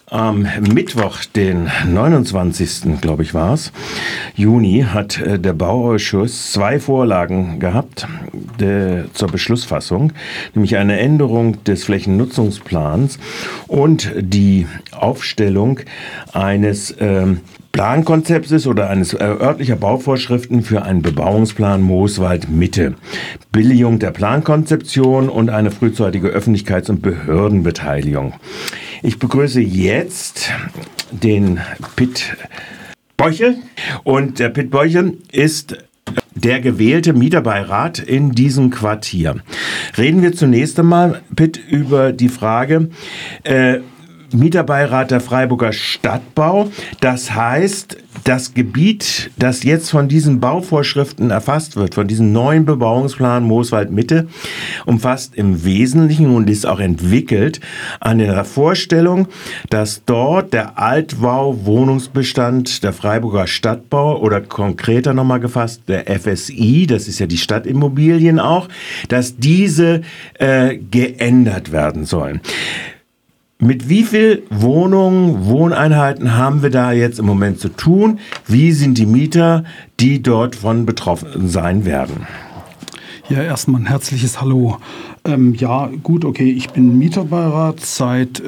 Am Mittwoch, den 29. glaube ich war es, Juni, hat der Bauausschuss 2 Vorlagen gehabt zur Beschlussfassung, nämlich eine Änderung des Flächennutzungsplans und die Aufstellung eines Plankonzeptes oder eines örtlicher Bauvorschriften für einen Bebauungsplan Mooswald Mitte, Billigung der Plankonzeption und eine frühzeitige Öffentlichkeits- und Behördenbeteiligung. Ich begrüße jetzt den Pitt Beuchel und der Pitt Beuchel ist der gewählte Mieterbeirat in diesem Quartier. Reden wir zunächst einmal, Pitt, über die Frage, Mieterbeirat der Freiburger Stadtbau. Das heißt, das Gebiet, das jetzt von diesen Bauvorschriften erfasst wird, von diesem neuen Bebauungsplan Mooswald Mitte, umfasst im Wesentlichen und ist auch entwickelt an der Vorstellung, dass dort der Altbau-Wohnungsbestand der Freiburger Stadtbau oder konkreter nochmal gefasst der FSI, das ist ja die Stadtimmobilien auch, dass diese geändert werden sollen. Mit wie viel Wohnungen, Wohneinheiten haben wir da jetzt im Moment zu tun? Wie sind die Mieter, die dort von betroffen sein werden? Ja, erstmal ein herzliches Hallo. Ja, gut, okay, ich bin Mieterbeirat. Seit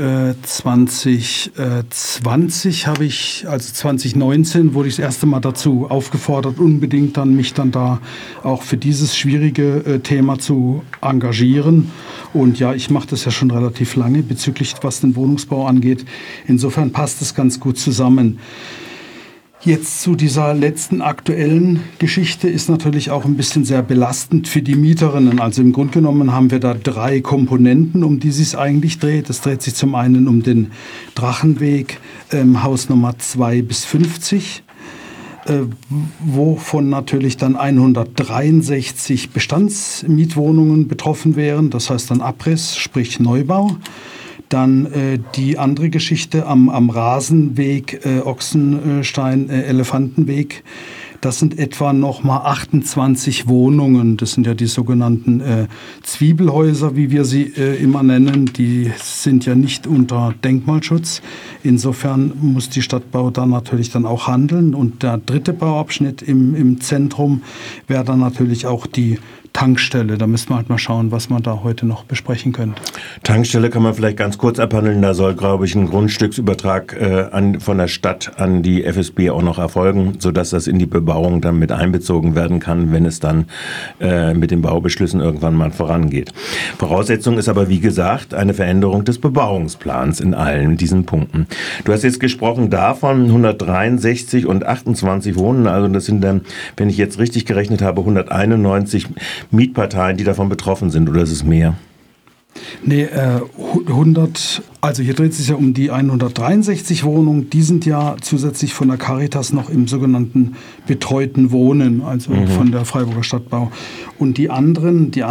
2020 habe ich, also 2019, wurde ich das erste Mal dazu aufgefordert, unbedingt mich dann da auch für dieses schwierige Thema zu engagieren. Und ja, ich mache das ja schon relativ lange bezüglich, was den Wohnungsbau angeht. Insofern passt es ganz gut zusammen. Jetzt zu dieser letzten aktuellen Geschichte ist natürlich auch ein bisschen sehr belastend für die Mieterinnen. Also im Grunde genommen haben wir da 3 Komponenten, um die es sich eigentlich dreht. Es dreht sich zum einen um den Drachenweg, Haus Nummer 2 bis 50. Wovon natürlich dann 163 Bestandsmietwohnungen betroffen wären. Das heißt dann Abriss, sprich Neubau. Dann die andere Geschichte am Rasenweg, Ochsenstein, Elefantenweg. Das sind etwa nochmal 28 Wohnungen. Das sind ja die sogenannten Zwiebelhäuser, wie wir sie immer nennen. Die sind ja nicht unter Denkmalschutz. Insofern muss die Stadtbau da natürlich dann auch handeln. Und der dritte Bauabschnitt im Zentrum wäre dann natürlich auch die Tankstelle. Da müssen wir halt mal schauen, was man da heute noch besprechen könnte. Tankstelle kann man vielleicht ganz kurz abhandeln. Da soll, glaube ich, ein Grundstücksübertrag von der Stadt an die FSB auch noch erfolgen, sodass das in die Bebauung dann mit einbezogen werden kann, wenn es dann mit den Baubeschlüssen irgendwann mal vorangeht. Voraussetzung ist aber, wie gesagt, eine Veränderung des Bebauungsplans in allen diesen Punkten. Du hast jetzt gesprochen davon 163 und 28 Wohnen. Also das sind dann, wenn ich jetzt richtig gerechnet habe, 191 Mietparteien, die davon betroffen sind, oder ist es mehr? Nee, 100, also hier dreht es sich ja um die 163 Wohnungen, die sind ja zusätzlich von der Caritas noch im sogenannten betreuten Wohnen, also von der Freiburger Stadtbau. Und die anderen, die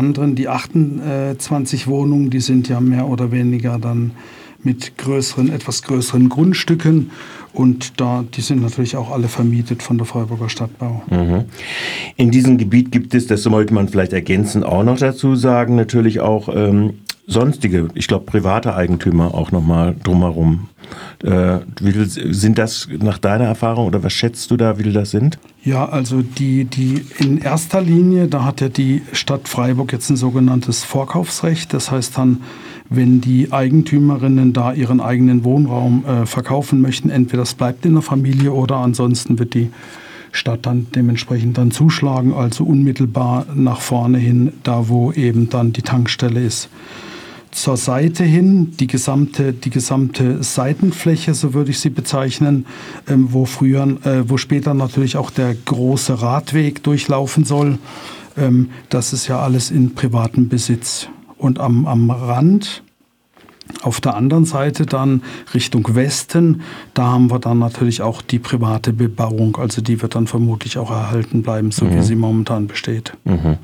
28 Wohnungen, die sind ja mehr oder weniger dann mit etwas größeren Grundstücken und die sind natürlich auch alle vermietet von der Freiburger Stadtbau. In diesem Gebiet gibt es, das sollte man vielleicht ergänzend auch noch dazu sagen, natürlich auch sonstige, ich glaube private Eigentümer auch nochmal drumherum. Wie viel sind das nach deiner Erfahrung oder was schätzt du da, wie viel das sind? Ja, also die in erster Linie, da hat ja die Stadt Freiburg jetzt ein sogenanntes Vorkaufsrecht. Das heißt dann, wenn die Eigentümerinnen da ihren eigenen Wohnraum verkaufen möchten, entweder das bleibt in der Familie oder ansonsten wird die Stadt dann dementsprechend dann zuschlagen, also unmittelbar nach vorne hin, da wo eben dann die Tankstelle ist. Zur Seite hin, die gesamte Seitenfläche, so würde ich sie bezeichnen, wo später natürlich auch der große Radweg durchlaufen soll. Das ist ja alles in privatem Besitz. Und am Rand, auf der anderen Seite dann Richtung Westen, da haben wir dann natürlich auch die private Bebauung. Also die wird dann vermutlich auch erhalten bleiben, so wie sie momentan besteht.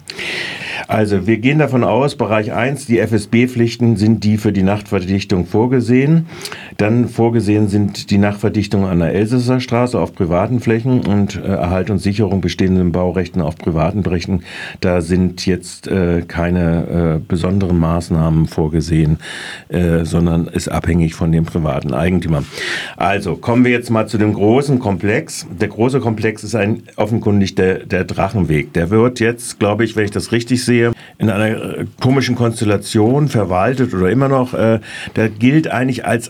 Also wir gehen davon aus, Bereich 1, die FSB-Pflichten sind die für die Nachtverdichtung vorgesehen. Dann vorgesehen sind die Nachtverdichtungen an der Elsässer Straße auf privaten Flächen und Erhalt und Sicherung bestehenden Baurechten auf privaten Flächen. Da sind jetzt keine besonderen Maßnahmen vorgesehen. sondern ist abhängig von dem privaten Eigentümer. Also kommen wir jetzt mal zu dem großen Komplex. Der große Komplex ist offenkundig der Drachenweg. Der wird jetzt, glaube ich, wenn ich das richtig sehe, in einer komischen Konstellation verwaltet oder immer noch. Der gilt eigentlich als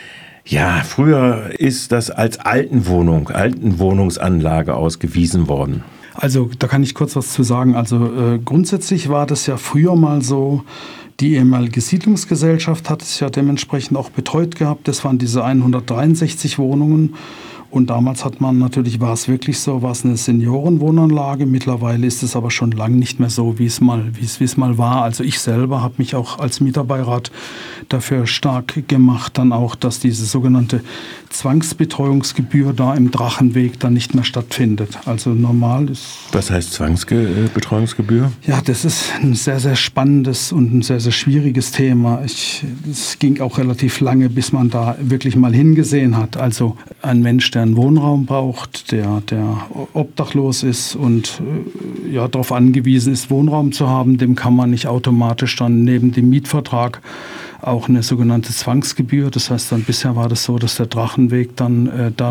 früher ist das als Altenwohnungsanlage ausgewiesen worden. Also da kann ich kurz was zu sagen. Also grundsätzlich war das ja früher mal so, die ehemalige Siedlungsgesellschaft hat es ja dementsprechend auch betreut gehabt. Das waren diese 163 Wohnungen. Und damals war es wirklich so, war es eine Seniorenwohnanlage. Mittlerweile ist es aber schon lange nicht mehr so, wie es mal war. Also ich selber habe mich auch als Mieterbeirat dafür stark gemacht, dann auch, dass diese sogenannte Zwangsbetreuungsgebühr da im Drachenweg dann nicht mehr stattfindet. Also normal ist... Was heißt Zwangsbetreuungsgebühr? Ja, das ist ein sehr, sehr spannendes und ein sehr, sehr schwieriges Thema. Es ging auch relativ lange, bis man da wirklich mal hingesehen hat. Also ein Mensch, der einen Wohnraum braucht, der obdachlos ist und darauf angewiesen ist, Wohnraum zu haben, dem kann man nicht automatisch dann neben dem Mietvertrag auch eine sogenannte Zwangsgebühr. Das heißt, dann bisher war das so, dass der Drachenweg dann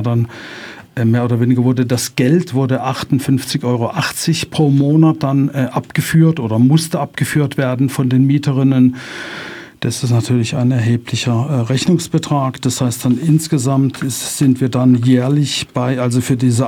mehr oder weniger das Geld wurde 58,80 Euro pro Monat dann abgeführt oder musste abgeführt werden von den Mieterinnen. Das ist natürlich ein erheblicher Rechnungsbetrag. Das heißt dann insgesamt sind wir dann jährlich also für diese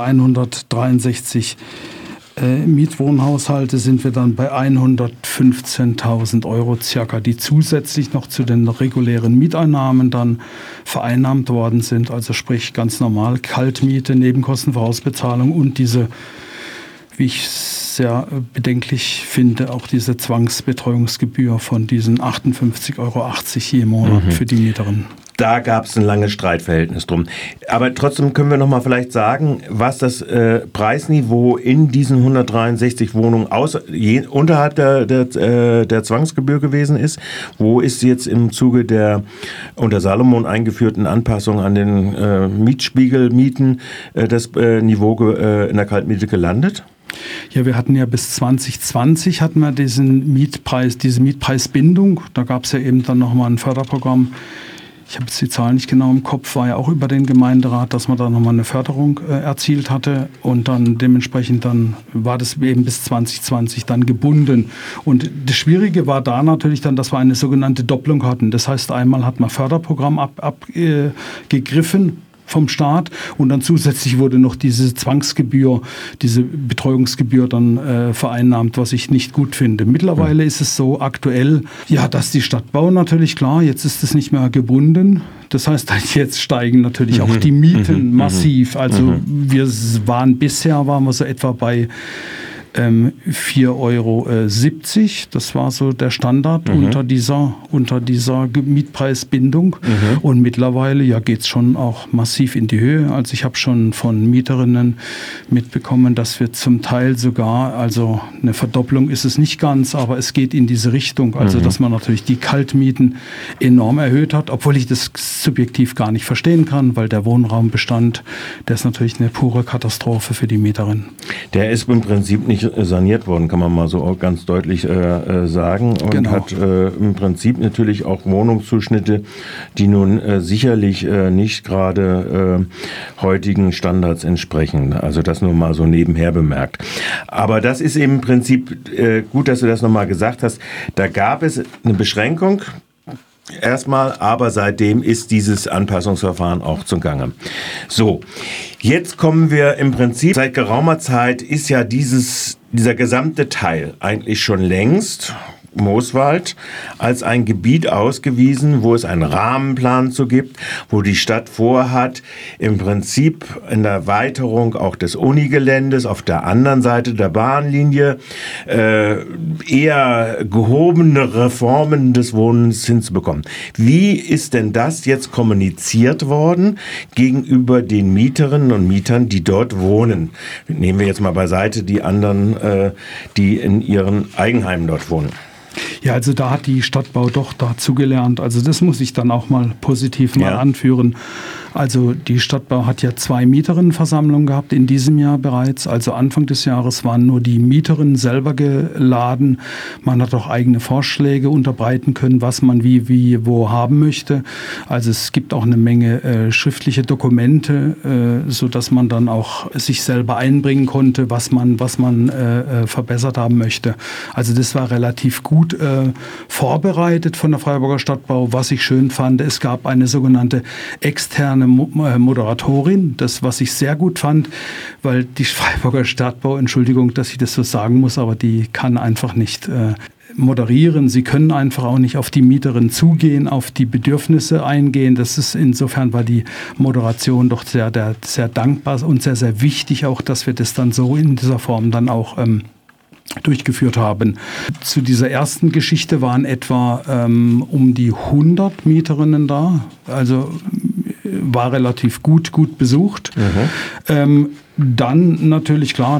163 Mietwohnhaushalte sind wir dann bei 115.000 Euro circa, die zusätzlich noch zu den regulären Mieteinnahmen dann vereinnahmt worden sind. Also sprich ganz normal Kaltmiete, Nebenkostenvorausbezahlung und diese, wie ich sehr bedenklich finde, auch diese Zwangsbetreuungsgebühr von diesen 58,80 Euro je Monat für die Mieterin. Da gab es ein langes Streitverhältnis drum. Aber trotzdem können wir noch mal vielleicht sagen, was das Preisniveau in diesen 163 Wohnungen unterhalb der Zwangsgebühr gewesen ist. Wo ist jetzt im Zuge der unter Salomon eingeführten Anpassung an den Mietspiegelmieten das Niveau in der Kaltmiete gelandet? Ja, wir hatten ja bis 2020 diese Mietpreisbindung. Da gab es ja eben dann nochmal ein Förderprogramm. Ich habe jetzt die Zahlen nicht genau im Kopf, war ja auch über den Gemeinderat, dass man da nochmal eine Förderung erzielt hatte und dann dementsprechend dann war das eben bis 2020 dann gebunden. Und das Schwierige war da natürlich dann, dass wir eine sogenannte Doppelung hatten. Das heißt, einmal hat man Förderprogramm abgegriffen vom Staat und dann zusätzlich wurde noch diese Zwangsgebühr, diese Betreuungsgebühr dann vereinnahmt, was ich nicht gut finde. Mittlerweile ist es so aktuell, dass die Stadtbau natürlich klar, jetzt ist es nicht mehr gebunden. Das heißt, jetzt steigen natürlich auch die Mieten massiv. Also bisher waren wir so etwa bei 4,70 Euro. Das war so der Standard unter dieser Mietpreisbindung. Und mittlerweile geht es schon auch massiv in die Höhe. Also ich habe schon von Mieterinnen mitbekommen, dass wir zum Teil sogar, also eine Verdopplung ist es nicht ganz, aber es geht in diese Richtung. Also dass man natürlich die Kaltmieten enorm erhöht hat, obwohl ich das subjektiv gar nicht verstehen kann, weil der Wohnraumbestand, der ist natürlich eine pure Katastrophe für die Mieterin. Der ist im Prinzip nicht saniert worden, kann man mal so auch ganz deutlich sagen. Und hat im Prinzip natürlich auch Wohnungszuschnitte, die nun sicherlich nicht gerade heutigen Standards entsprechen. Also das nur mal so nebenher bemerkt. Aber das ist eben im Prinzip gut, dass du das nochmal gesagt hast. Da gab es eine Beschränkung. Erstmal, aber seitdem ist dieses Anpassungsverfahren auch zugange. So, jetzt kommen wir im Prinzip, seit geraumer Zeit ist ja dieser gesamte Teil eigentlich schon längst, Mooswald, als ein Gebiet ausgewiesen, wo es einen Rahmenplan zu gibt, wo die Stadt vorhat, im Prinzip in der Erweiterung auch des Unigeländes auf der anderen Seite der Bahnlinie eher gehobene Reformen des Wohnens hinzubekommen. Wie ist denn das jetzt kommuniziert worden gegenüber den Mieterinnen und Mietern, die dort wohnen? Nehmen wir jetzt mal beiseite die anderen, die in ihren Eigenheimen dort wohnen. Ja, also da hat die Stadtbau doch dazugelernt. Also das muss ich dann auch mal positiv anführen. Also die Stadtbau hat ja 2 Mieterinnenversammlungen gehabt in diesem Jahr bereits. Also Anfang des Jahres waren nur die Mieterinnen selber geladen. Man hat auch eigene Vorschläge unterbreiten können, was man wie, wo haben möchte. Also es gibt auch eine Menge schriftliche Dokumente, so dass man dann auch sich selber einbringen konnte, was man verbessert haben möchte. Also das war relativ gut vorbereitet von der Freiburger Stadtbau. Was ich schön fand, es gab eine sogenannte externe Moderatorin, das was ich sehr gut fand, weil die Freiburger Stadtbau, Entschuldigung, dass ich das so sagen muss, aber die kann einfach nicht moderieren. Sie können einfach auch nicht auf die Mieterin zugehen, auf die Bedürfnisse eingehen. Das ist insofern war die Moderation doch sehr dankbar und sehr, sehr wichtig auch, dass wir das dann so in dieser Form dann auch durchgeführt haben. Zu dieser ersten Geschichte waren etwa um die 100 Mieterinnen da. Also war relativ gut besucht. Dann natürlich klar,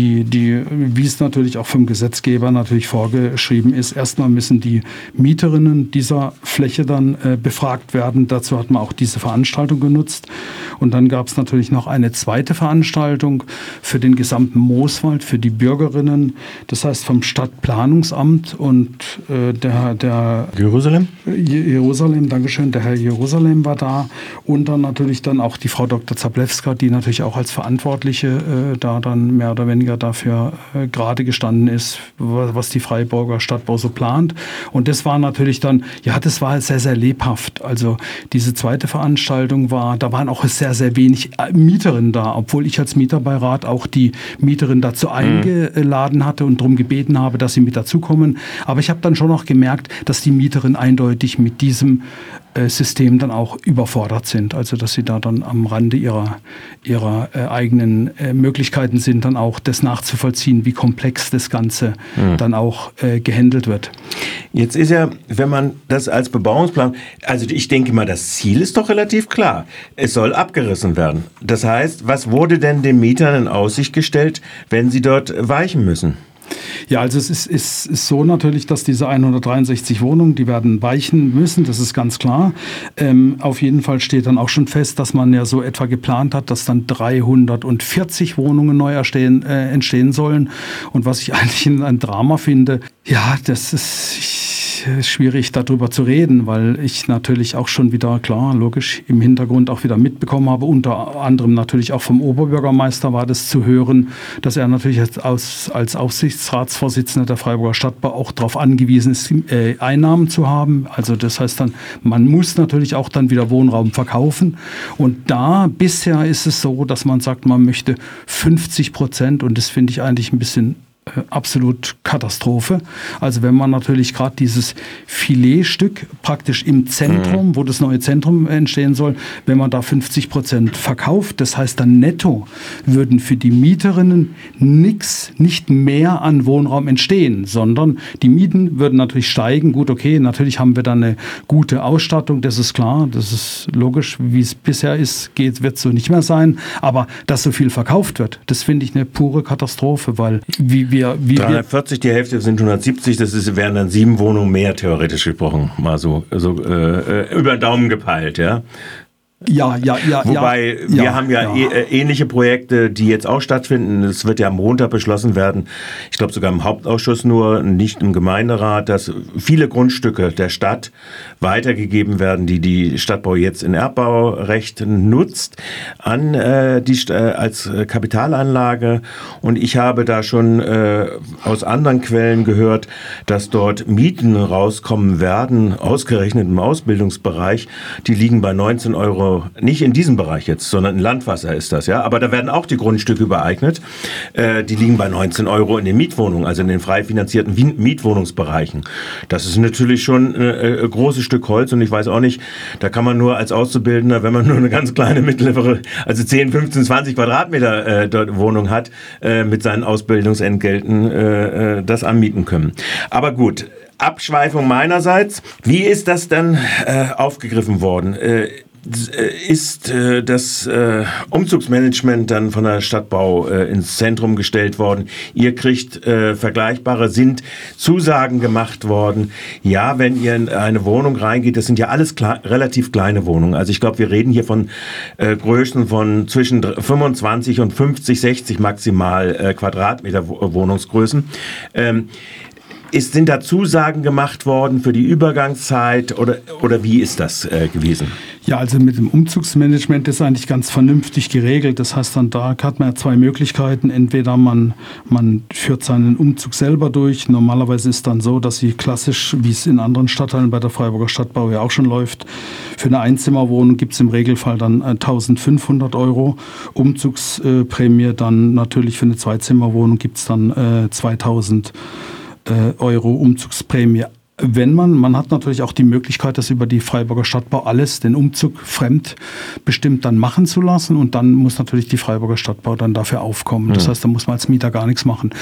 wie es natürlich auch vom Gesetzgeber natürlich vorgeschrieben ist, erstmal müssen die Mieterinnen dieser Fläche dann befragt werden. Dazu hat man auch diese Veranstaltung genutzt. Und dann gab es natürlich noch eine zweite Veranstaltung für den gesamten Mooswald, für die Bürgerinnen. Das heißt vom Stadtplanungsamt und der Jerusalem? Jerusalem, Dankeschön. Der Herr Jerusalem war da. Und dann natürlich dann auch die Frau Dr. Zablewska, die natürlich auch als Verantwortliche da dann mehr oder weniger dafür gerade gestanden ist, was die Freiburger Stadtbau so plant. Und das war natürlich dann, ja, das war sehr, sehr lebhaft. Also diese zweite Veranstaltung da waren auch sehr, sehr wenig Mieterinnen da, obwohl ich als Mieterbeirat auch die Mieterin dazu eingeladen hatte und darum gebeten habe, dass sie mit dazukommen. Aber ich habe dann schon noch gemerkt, dass die Mieterinnen eindeutig mit diesem System dann auch überfordert sind. Also dass sie da dann am Rande ihrer eigenen Möglichkeiten sind, dann auch das nachzuvollziehen, wie komplex das Ganze dann auch gehandelt wird. Jetzt ist ja, wenn man das als Bebauungsplan, also ich denke mal, das Ziel ist doch relativ klar. Es soll abgerissen werden. Das heißt, was wurde denn den Mietern in Aussicht gestellt, wenn sie dort weichen müssen? Ja, also es ist so natürlich, dass diese 163 Wohnungen, die werden weichen müssen, das ist ganz klar. Auf jeden Fall steht dann auch schon fest, dass man ja so etwa geplant hat, dass dann 340 Wohnungen neu entstehen sollen. Und was ich eigentlich ein Drama finde, ja, das ist schwierig darüber zu reden, weil ich natürlich auch schon wieder, klar, logisch, im Hintergrund auch wieder mitbekommen habe, unter anderem natürlich auch vom Oberbürgermeister war das zu hören, dass er natürlich als Aufsichtsratsvorsitzender der Freiburger Stadtbau auch darauf angewiesen ist, Einnahmen zu haben. Also das heißt dann, man muss natürlich auch dann wieder Wohnraum verkaufen. Und da bisher ist es so, dass man sagt, man möchte 50%, und das finde ich eigentlich ein bisschen absolut Katastrophe. Also wenn man natürlich gerade dieses Filetstück praktisch im Zentrum, wo das neue Zentrum entstehen soll, wenn man da 50% verkauft, das heißt dann netto würden für die Mieterinnen nicht mehr an Wohnraum entstehen, sondern die Mieten würden natürlich steigen. Gut, okay, natürlich haben wir dann eine gute Ausstattung, das ist klar, das ist logisch, wie es bisher ist, wird es so nicht mehr sein, aber dass so viel verkauft wird, das finde ich eine pure Katastrophe, weil 340, die Hälfte sind 170, wären dann 7 Wohnungen mehr, theoretisch gesprochen, mal so über den Daumen gepeilt, ja. Ja. Wobei, wir haben ja ähnliche Projekte, die jetzt auch stattfinden. Es wird ja am Montag beschlossen werden, ich glaube sogar im Hauptausschuss nur, nicht im Gemeinderat, dass viele Grundstücke der Stadt weitergegeben werden, die Stadtbau jetzt in Erbbaurecht nutzt, als Kapitalanlage. Und ich habe da schon aus anderen Quellen gehört, dass dort Mieten rauskommen werden, ausgerechnet im Ausbildungsbereich, die liegen bei 19 €. Nicht in diesem Bereich jetzt, sondern in Landwasser ist das, ja. Aber da werden auch die Grundstücke übereignet. Die liegen bei 19 € in den Mietwohnungen, also in den frei finanzierten Mietwohnungsbereichen. Das ist natürlich schon ein großes Stück Holz, und ich weiß auch nicht, da kann man nur als Auszubildender, wenn man nur eine ganz kleine mittlere, also 10, 15, 20 Quadratmeter dort Wohnung hat, mit seinen Ausbildungsentgelten das anmieten können. Aber gut, Abschweifung meinerseits. Wie ist das dann aufgegriffen worden? ist das Umzugsmanagement dann von der Stadtbau ins Zentrum gestellt worden. Ihr kriegt vergleichbare, sind Zusagen gemacht worden. Ja, wenn ihr in eine Wohnung reingeht, das sind ja alles relativ kleine Wohnungen. Also ich glaube, wir reden hier von Größen von zwischen 25 und 50, 60 maximal Quadratmeter Wohnungsgrößen. Sind da Zusagen gemacht worden für die Übergangszeit oder wie ist das gewesen? Ja, also mit dem Umzugsmanagement ist eigentlich ganz vernünftig geregelt. Das heißt, dann da hat man ja zwei Möglichkeiten. Entweder man führt seinen Umzug selber durch. Normalerweise ist dann so, dass sie klassisch, wie es in anderen Stadtteilen bei der Freiburger Stadtbau ja auch schon läuft, für eine Einzimmerwohnung gibt es im Regelfall dann 1.500 Euro Umzugsprämie. Dann natürlich für eine Zweizimmerwohnung gibt es dann 2.000 Euro Umzugsprämie. Wenn man hat natürlich auch die Möglichkeit, das über die Freiburger Stadtbau alles, den Umzug fremdbestimmt dann machen zu lassen und dann muss natürlich die Freiburger Stadtbau dann dafür aufkommen. Das heißt, da muss man als Mieter gar nichts machen.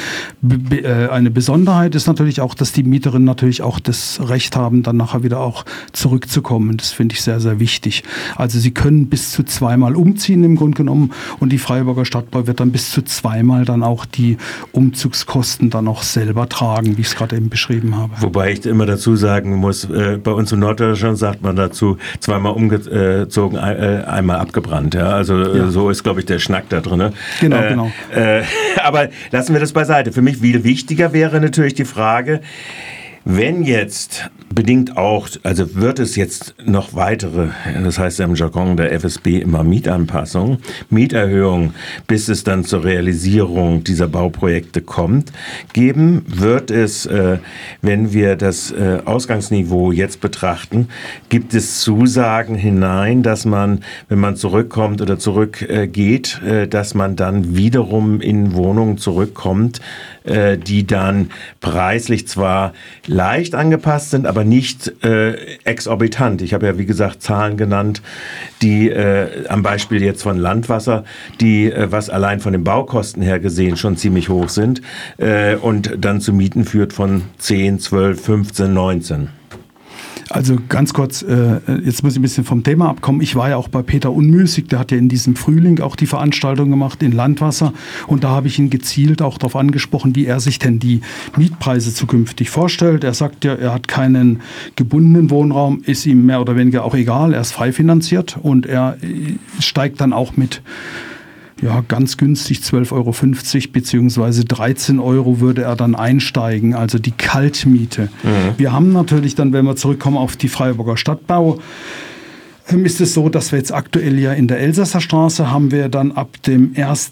Eine Besonderheit ist natürlich auch, dass die Mieterinnen natürlich auch das Recht haben, dann nachher wieder auch zurückzukommen. Das finde ich sehr, sehr wichtig. Also sie können bis zu zweimal umziehen im Grunde genommen und die Freiburger Stadtbau wird dann bis zu zweimal dann auch die Umzugskosten dann auch selber tragen, wie ich es gerade eben beschrieben habe. Wobei ich immer dazu sagen muss, bei uns in Norddeutschland sagt man dazu, zweimal umgezogen, einmal abgebrannt. Ja? Also so ist, glaube ich, der Schnack da drin. Genau. Aber lassen wir das beiseite. Für mich viel wichtiger wäre natürlich die Frage, wenn jetzt bedingt auch, also wird es jetzt noch weitere, das heißt im Jargon der FSB immer Mietanpassungen, Mieterhöhungen, bis es dann zur Realisierung dieser Bauprojekte kommt, geben, wird es, wenn wir das Ausgangsniveau jetzt betrachten, gibt es Zusagen hinein, dass man, wenn man zurückkommt oder zurückgeht, dass man dann wiederum in Wohnungen zurückkommt, die dann preislich zwar leicht angepasst sind, aber nicht exorbitant. Ich habe ja, wie gesagt, Zahlen genannt, die am Beispiel jetzt von Landwasser, die, was allein von den Baukosten her gesehen schon ziemlich hoch sind und dann zu Mieten führt von 10, 12, 15, 19. Also ganz kurz, jetzt muss ich ein bisschen vom Thema abkommen. Ich war ja auch bei Peter Unmüßig, der hat ja in diesem Frühling auch die Veranstaltung gemacht in Landwasser und da habe ich ihn gezielt auch darauf angesprochen, wie er sich denn die Mietpreise zukünftig vorstellt. Er sagt ja, er hat keinen gebundenen Wohnraum, ist ihm mehr oder weniger auch egal, er ist frei finanziert und er steigt dann auch mit ganz günstig 12,50 Euro beziehungsweise 13 Euro würde er dann einsteigen, also die Kaltmiete. Wir haben natürlich dann, wenn wir zurückkommen auf die Freiburger Stadtbau, ist es so, dass wir jetzt aktuell ja in der Elsasser Straße haben wir dann ab dem 1.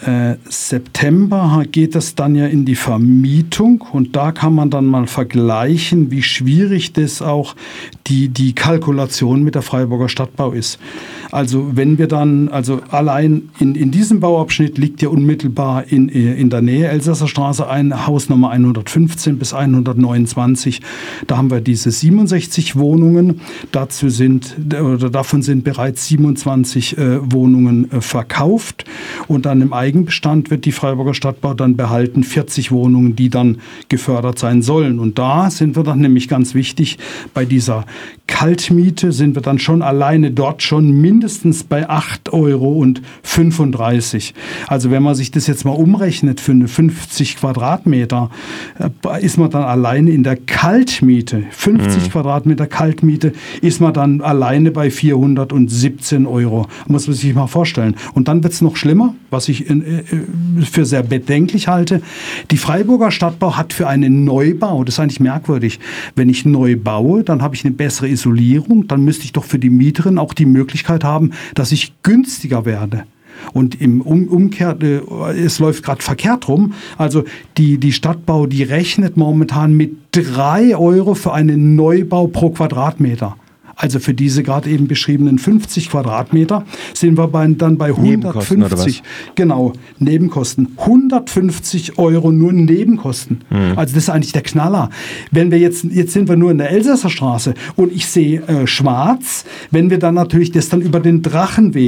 September geht es dann ja in die Vermietung und da kann man dann mal vergleichen, wie schwierig das auch die Kalkulation mit der Freiburger Stadtbau ist. Also wenn wir dann, also allein in diesem Bauabschnitt liegt ja unmittelbar in der Nähe Elsasser Straße ein Hausnummer 115 bis 129. Da haben wir diese 67 Wohnungen. Davon sind bereits 27 Wohnungen verkauft. Und dann im Eigenbestand wird die Freiburger Stadtbau dann behalten 40 Wohnungen, die dann gefördert sein sollen. Und da sind wir dann nämlich ganz wichtig, bei dieser Kaltmiete sind wir dann schon alleine dort schon mindestens bei 8,35 Euro. Also wenn man sich das jetzt mal umrechnet für eine 50 Quadratmeter, ist man dann alleine in der Kaltmiete, 50 Quadratmeter Kaltmiete, ist man dann alleine bei 417 Euro. Muss man sich mal vorstellen. Und dann wird es noch schlimmer, was ich für sehr bedenklich halte. Die Freiburger Stadtbau hat für einen Neubau, das ist eigentlich merkwürdig, wenn ich neu baue, dann habe ich eine bessere Isolierung, dann müsste ich doch für die Mieterin auch die Möglichkeit haben, dass ich günstiger werde. Und im Umkehr, es läuft gerade verkehrt rum. Also die Stadtbau, die rechnet momentan mit 3 Euro für einen Neubau pro Quadratmeter. Also für diese gerade eben beschriebenen 50 Quadratmeter sind wir dann bei 150. Genau, Nebenkosten. 150 Euro nur Nebenkosten. Also das ist eigentlich der Knaller. Wenn wir jetzt sind wir nur in der Elsasser Straße und ich sehe schwarz, wenn wir dann natürlich das dann über den Drachenweg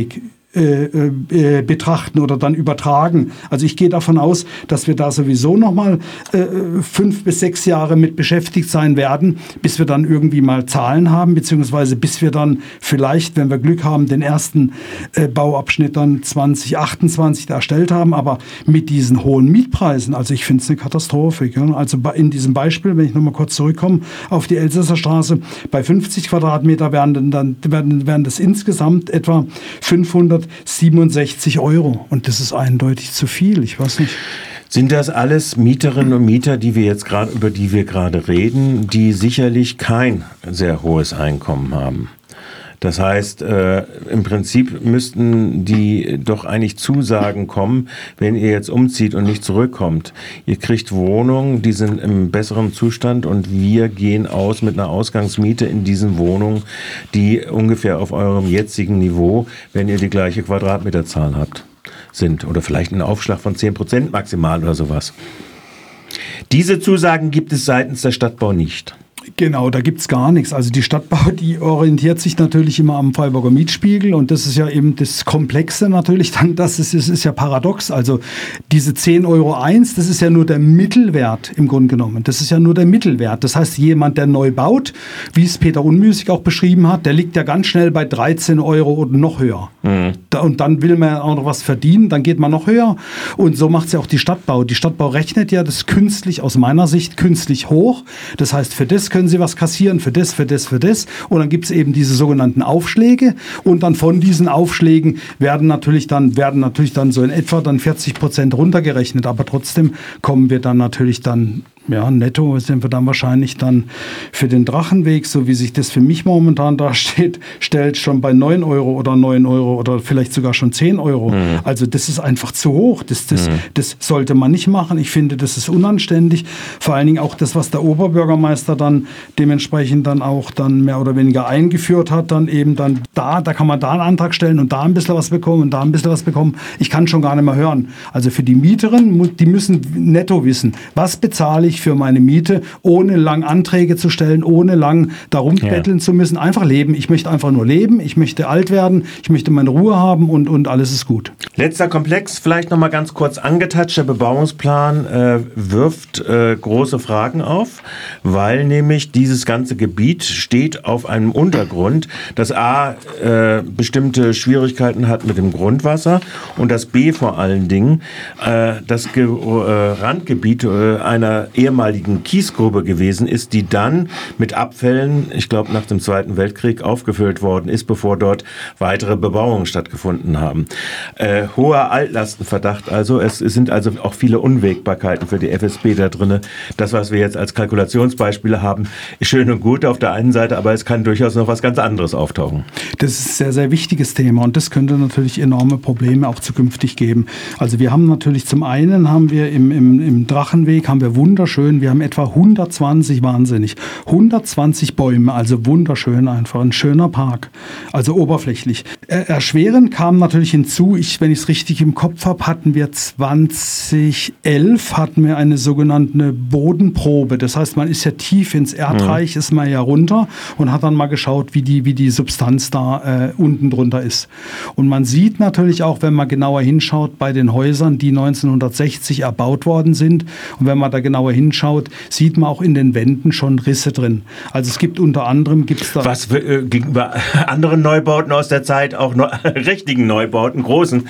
betrachten oder dann übertragen. Also ich gehe davon aus, dass wir da sowieso nochmal 5 bis 6 Jahre mit beschäftigt sein werden, bis wir dann irgendwie mal Zahlen haben, beziehungsweise bis wir dann vielleicht, wenn wir Glück haben, den ersten Bauabschnitt dann 2028 erstellt haben. Aber mit diesen hohen Mietpreisen, also ich finde es eine Katastrophe. Gell? Also in diesem Beispiel, wenn ich nochmal kurz zurückkomme auf die Elsässer Straße, bei 50 Quadratmeter werden das insgesamt etwa 567 Euro. Und das ist eindeutig zu viel. Ich weiß nicht. Sind das alles Mieterinnen und Mieter, über die wir gerade reden, die sicherlich kein sehr hohes Einkommen haben? Das heißt, im Prinzip müssten die doch eigentlich Zusagen kommen, wenn ihr jetzt umzieht und nicht zurückkommt. Ihr kriegt Wohnungen, die sind im besseren Zustand und wir gehen aus mit einer Ausgangsmiete in diesen Wohnungen, die ungefähr auf eurem jetzigen Niveau, wenn ihr die gleiche Quadratmeterzahl habt, sind. Oder vielleicht einen Aufschlag von 10% maximal oder sowas. Diese Zusagen gibt es seitens der Stadtbau nicht. Genau, da gibt's gar nichts. Also die Stadtbau, die orientiert sich natürlich immer am Freiburger Mietspiegel und das ist ja eben das Komplexe natürlich dann, das ist ja paradox. Also diese 10,01 €, das ist ja nur der Mittelwert im Grunde genommen. Das ist ja nur der Mittelwert. Das heißt, jemand, der neu baut, wie es Peter Unmüßig auch beschrieben hat, der liegt ja ganz schnell bei 13 Euro oder noch höher. Mhm. Und dann will man ja auch noch was verdienen, dann geht man noch höher. Und so macht's ja auch die Stadtbau. Die Stadtbau rechnet ja das künstlich, aus meiner Sicht, künstlich hoch. Das heißt, für das können sie was kassieren, für das. Und dann gibt es eben diese sogenannten Aufschläge. Und dann von diesen Aufschlägen werden natürlich dann so in etwa dann 40% runtergerechnet. Aber trotzdem kommen wir dann natürlich dann, ja, netto sind wir dann wahrscheinlich dann für den Drachenweg, so wie sich das für mich momentan dasteht, stellt schon bei 9 Euro oder vielleicht sogar schon 10 Euro. Mhm. Also das ist einfach zu hoch. Das sollte man nicht machen. Ich finde, das ist unanständig. Vor allen Dingen auch das, was der Oberbürgermeister dann dementsprechend dann auch dann mehr oder weniger eingeführt hat, dann eben dann da kann man da einen Antrag stellen und da ein bisschen was bekommen und da ein bisschen was bekommen. Ich kann schon gar nicht mehr hören. Also für die Mieterinnen, die müssen netto wissen, was bezahle ich für meine Miete, ohne lang Anträge zu stellen, ohne lang darum betteln zu müssen. Einfach leben. Ich möchte einfach nur leben. Ich möchte alt werden. Ich möchte meine Ruhe haben und alles ist gut. Letzter Komplex, vielleicht noch mal ganz kurz angetatscht. Der Bebauungsplan wirft große Fragen auf, weil nämlich dieses ganze Gebiet steht auf einem Untergrund, das A, bestimmte Schwierigkeiten hat mit dem Grundwasser und das B vor allen Dingen das Randgebiet einer ehemaligen Kiesgrube gewesen ist, die dann mit Abfällen, ich glaube nach dem Zweiten Weltkrieg, aufgefüllt worden ist, bevor dort weitere Bebauungen stattgefunden haben. Hoher Altlastenverdacht also, es sind also auch viele Unwägbarkeiten für die FSB da drin. Das, was wir jetzt als Kalkulationsbeispiele haben, ist schön und gut auf der einen Seite, aber es kann durchaus noch was ganz anderes auftauchen. Das ist ein sehr, sehr wichtiges Thema und das könnte natürlich enorme Probleme auch zukünftig geben. Also wir haben natürlich zum einen im Drachenweg haben wir wunderschön, wir haben etwa 120 Bäume, also wunderschön einfach, ein schöner Park, also oberflächlich. Erschwerend kam natürlich hinzu, wenn ich es richtig im Kopf habe, hatten wir 2011 eine sogenannte Bodenprobe. Das heißt, man ist ja tief ins Erdreich, ist man ja runter und hat dann mal geschaut, wie die Substanz da unten drunter ist. Und man sieht natürlich auch, wenn man genauer hinschaut, bei den Häusern, die 1960 erbaut worden sind, und wenn man da genauer hinschaut, sieht man auch in den Wänden schon Risse drin. Also es gibt unter anderem, da... Was gegenüber anderen Neubauten aus der Zeit, auch richtigen Neubauten, großen,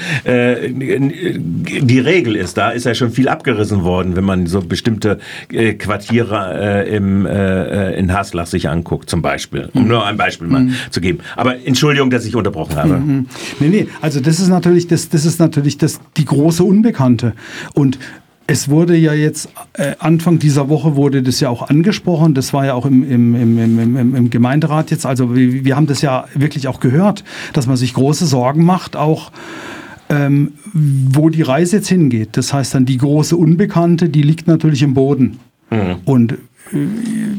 die Regel ist, da ist ja schon viel abgerissen worden, wenn man so bestimmte Quartiere in Haslach sich anguckt, zum Beispiel, um nur ein Beispiel mal zu geben. Aber Entschuldigung, dass ich unterbrochen habe. Nee, also das ist natürlich die große Unbekannte. Und es wurde ja jetzt, Anfang dieser Woche wurde das ja auch angesprochen, das war ja auch im Gemeinderat jetzt, also wir haben das ja wirklich auch gehört, dass man sich große Sorgen macht, auch wo die Reise jetzt hingeht. Das heißt dann, die große Unbekannte, die liegt natürlich im Boden. Und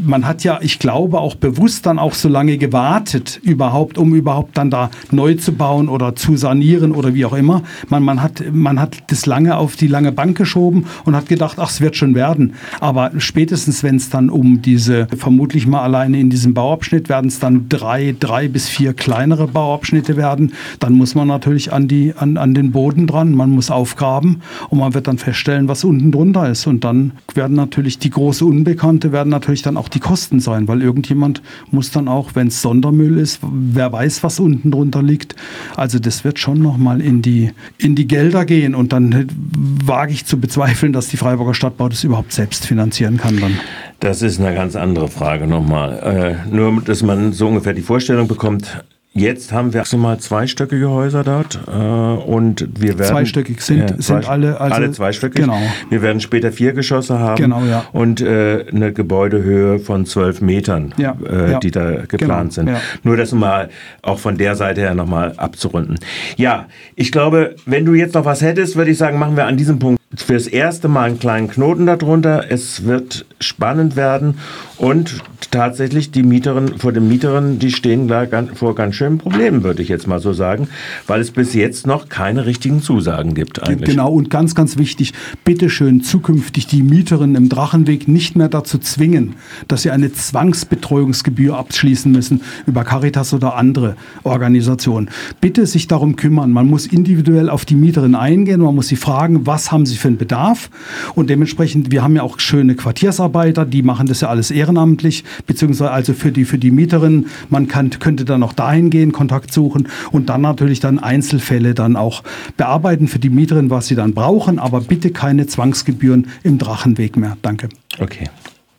man hat ja, ich glaube, auch bewusst dann auch so lange gewartet, um überhaupt dann da neu zu bauen oder zu sanieren oder wie auch immer. Man hat das lange auf die lange Bank geschoben und hat gedacht, ach, es wird schon werden. Aber spätestens, wenn es dann vermutlich mal alleine in diesem Bauabschnitt werden es dann 3 bis 4 kleinere Bauabschnitte werden, dann muss man natürlich an den Boden dran, man muss aufgraben und man wird dann feststellen, was unten drunter ist. Und dann werden natürlich die große Unbekannte, werden natürlich dann auch die Kosten sein, weil irgendjemand muss dann auch, wenn es Sondermüll ist, wer weiß, was unten drunter liegt. Also das wird schon nochmal in die Gelder gehen und dann wage ich zu bezweifeln, dass die Freiburger Stadtbau das überhaupt selbst finanzieren kann dann. Das ist eine ganz andere Frage nochmal. Nur, dass man so ungefähr die Vorstellung bekommt, jetzt haben wir maximal zweistöckige Häuser dort und wir werden... Zweistöckig sind alle... Also, alle zweistöckig. Genau. Wir werden später 4 Geschosse haben, genau, ja. Und eine Gebäudehöhe von 12 Metern, die da geplant sind. Ja. Nur das mal auch von der Seite her nochmal abzurunden. Ja, ich glaube, wenn du jetzt noch was hättest, würde ich sagen, machen wir an diesem Punkt fürs erste Mal einen kleinen Knoten darunter. Es wird spannend werden und tatsächlich die Mieterinnen, die stehen da vor ganz schönen Problemen, würde ich jetzt mal so sagen, weil es bis jetzt noch keine richtigen Zusagen gibt eigentlich. Genau, und ganz, ganz wichtig, bitteschön zukünftig die Mieterinnen im Drachenweg nicht mehr dazu zwingen, dass sie eine Zwangsbetreuungsgebühr abschließen müssen über Caritas oder andere Organisationen. Bitte sich darum kümmern. Man muss individuell auf die Mieterinnen eingehen, man muss sie fragen, was haben sie für einen Bedarf, und dementsprechend, wir haben ja auch schöne Quartiersarbeiter, die machen das ja alles ehrenamtlich, beziehungsweise also für die Mieterinnen, man könnte dann auch dahin gehen, Kontakt suchen und dann natürlich dann Einzelfälle dann auch bearbeiten für die Mieterinnen, was sie dann brauchen, aber bitte keine Zwangsgebühren im Drachenweg mehr. Danke. Okay,